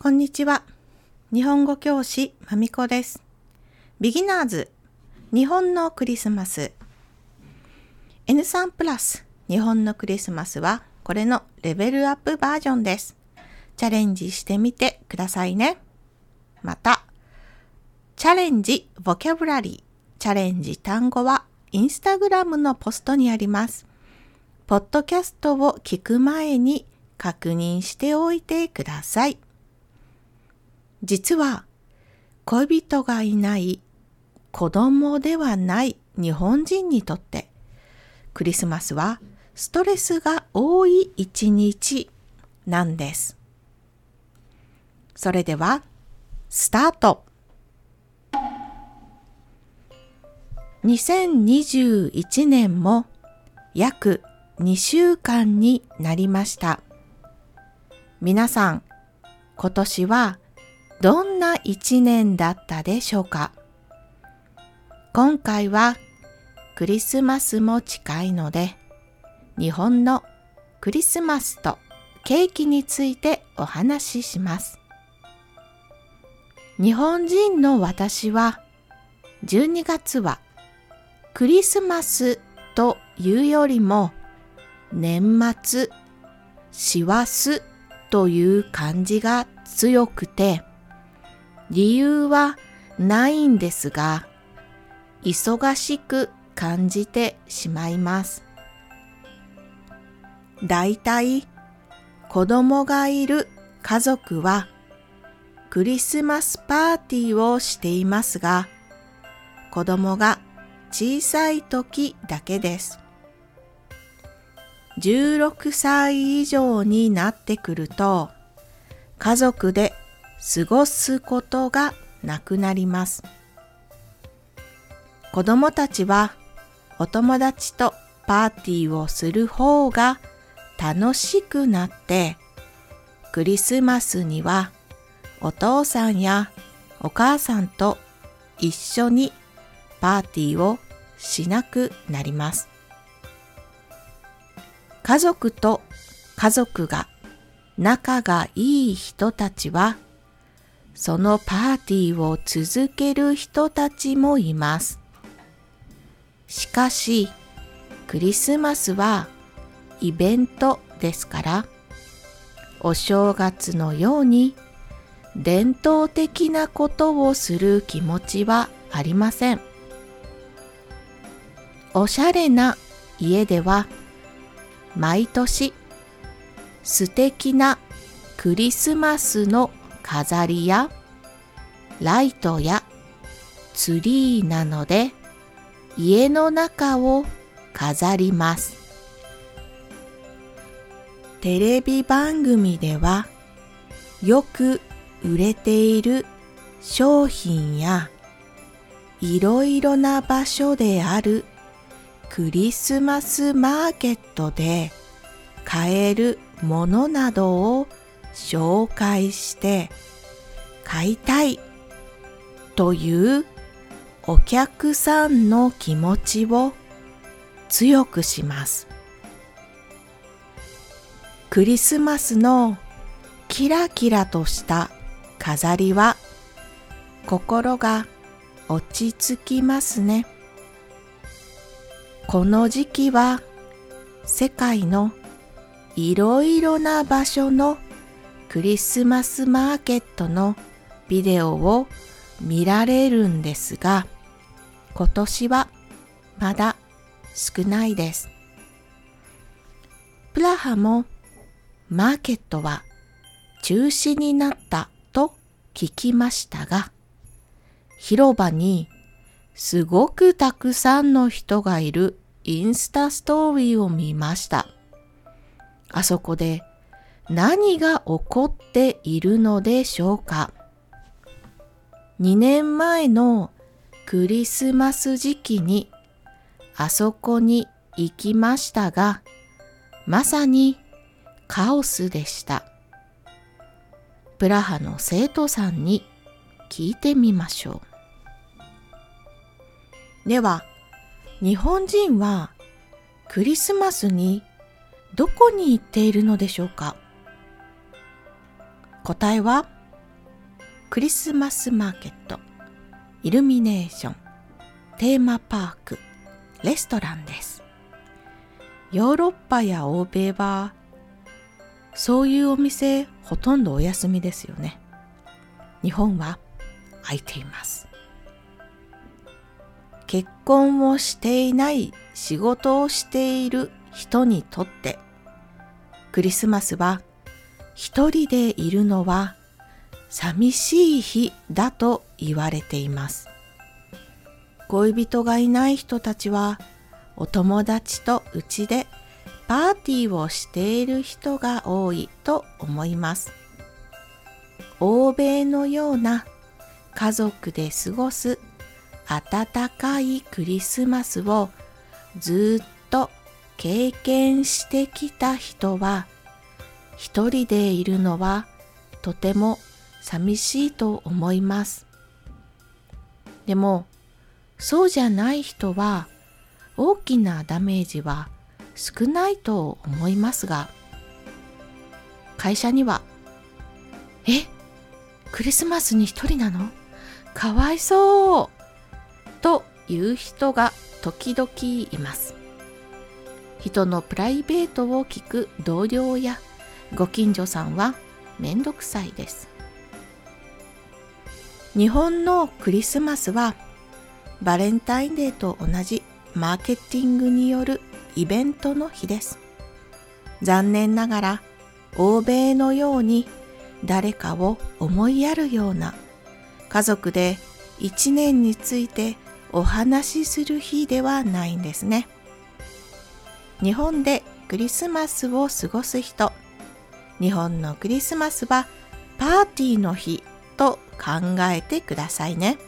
こんにちは。日本語教師まみこです。ビギナーズ日本のクリスマス N3 プラス日本のクリスマスはこれのレベルアップバージョンです。チャレンジしてみてくださいね。また、チャレンジボキャブラリー、チャレンジ単語はインスタグラムのポストにあります。ポッドキャストを聞く前に確認しておいてください。実は恋人がいない子供ではない日本人にとってクリスマスはストレスが多い一日なんです。それではスタート。2021年も約2週間になりました。皆さん、今年はどんな一年だったでしょうか？今回はクリスマスも近いので、日本のクリスマスとケーキについてお話しします。日本人の私は、12月はクリスマスというよりも、年末、師走という感じが強くて、理由はないんですが、忙しく感じてしまいます。だいたい子供がいる家族はクリスマスパーティーをしていますが、子供が小さい時だけです。16歳以上になってくると、家族で過ごすことがなくなります。子供たちはお友達とパーティーをする方が楽しくなって、クリスマスにはお父さんやお母さんと一緒にパーティーをしなくなります。家族と家族が仲がいい人たちは、そのパーティーを続ける人たちもいます。しかし、クリスマスはイベントですから、お正月のように伝統的なことをする気持ちはありません。おしゃれな家では、毎年素敵なクリスマスの飾りやライトやツリーなので家の中を飾ります。テレビ番組ではよく売れている商品やいろいろな場所であるクリスマスマーケットで買えるものなどを紹介して買いたいというお客さんの気持ちを強くします。クリスマスのキラキラとした飾りは心が落ち着きますね。この時期は世界のいろいろな場所のクリスマスマーケットのビデオを見られるんですが、今年はまだ少ないです。プラハもマーケットは中止になったと聞きましたが、広場にすごくたくさんの人がいるインスタストーリーを見ました。あそこで何が起こっているのでしょうか。2年前のクリスマス時期にあそこに行きましたが、まさにカオスでした。プラハの生徒さんに聞いてみましょう。では、日本人はクリスマスにどこに行っているのでしょうか？答えはクリスマスマーケット、イルミネーション、テーマパーク、レストランです。ヨーロッパや欧米はそういうお店ほとんどお休みですよね。日本は空いています。結婚をしていない、仕事をしている人にとってクリスマスは一人でいるのは寂しい日だと言われています。恋人がいない人たちはお友達とうちでパーティーをしている人が多いと思います。欧米のような家族で過ごす温かいクリスマスをずっと経験してきた人は、一人でいるのはとても寂しいと思います。でも、そうじゃない人は大きなダメージは少ないと思いますが、会社には、クリスマスに一人なの？かわいそうという人が時々います。人のプライベートを聞く同僚やご近所さんはめんどくさいです。日本のクリスマスはバレンタインデーと同じマーケティングによるイベントの日です。残念ながら欧米のように誰かを思いやるような家族で一年についてお話しする日ではないんですね。日本でクリスマスを過ごす人、日本のクリスマスはパーティーの日と考えてくださいね。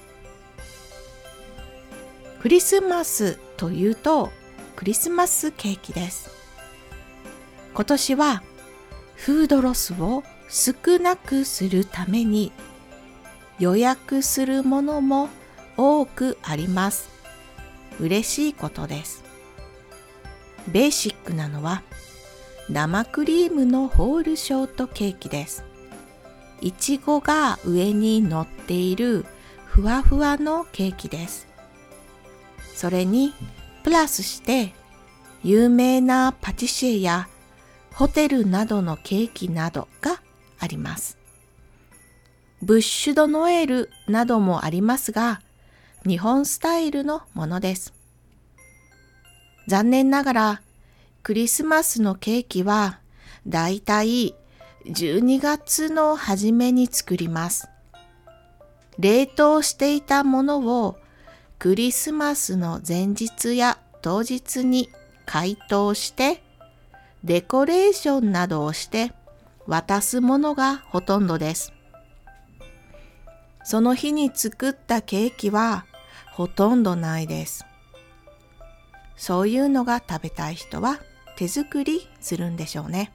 クリスマスというとクリスマスケーキです。今年はフードロスを少なくするために予約するものも多くあります。嬉しいことです。ベーシックなのは生クリームのホールショートケーキです。いちごが上に乗っているふわふわのケーキです。それにプラスして有名なパティシエやホテルなどのケーキなどがあります。ブッシュドノエルなどもありますが、日本スタイルのものです。残念ながらクリスマスのケーキはだいたい12月の初めに作ります。冷凍していたものをクリスマスの前日や当日に解凍してデコレーションなどをして渡すものがほとんどです。その日に作ったケーキはほとんどないです。そういうのが食べたい人は手作りするんでしょうね。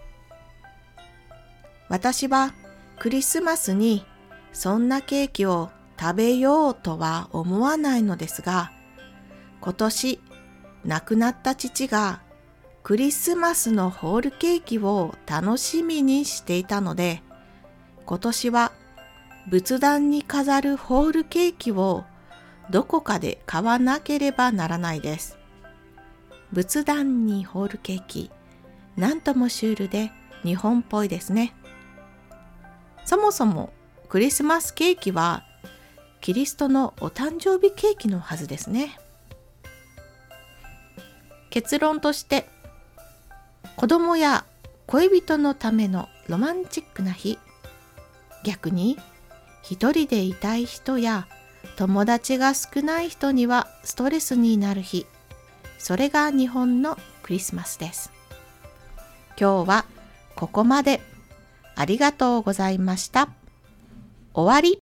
私はクリスマスにそんなケーキを食べようとは思わないのですが、今年亡くなった父がクリスマスのホールケーキを楽しみにしていたので、今年は仏壇に飾るホールケーキをどこかで買わなければならないです。仏壇にホールケーキ、なんともシュールで日本っぽいですね。そもそもクリスマスケーキはキリストのお誕生日ケーキのはずですね。結論として、子供や恋人のためのロマンチックな日、逆に一人でいたい人や友達が少ない人にはストレスになる日、それが日本のクリスマスです。今日はここまで。ありがとうございました。終わり。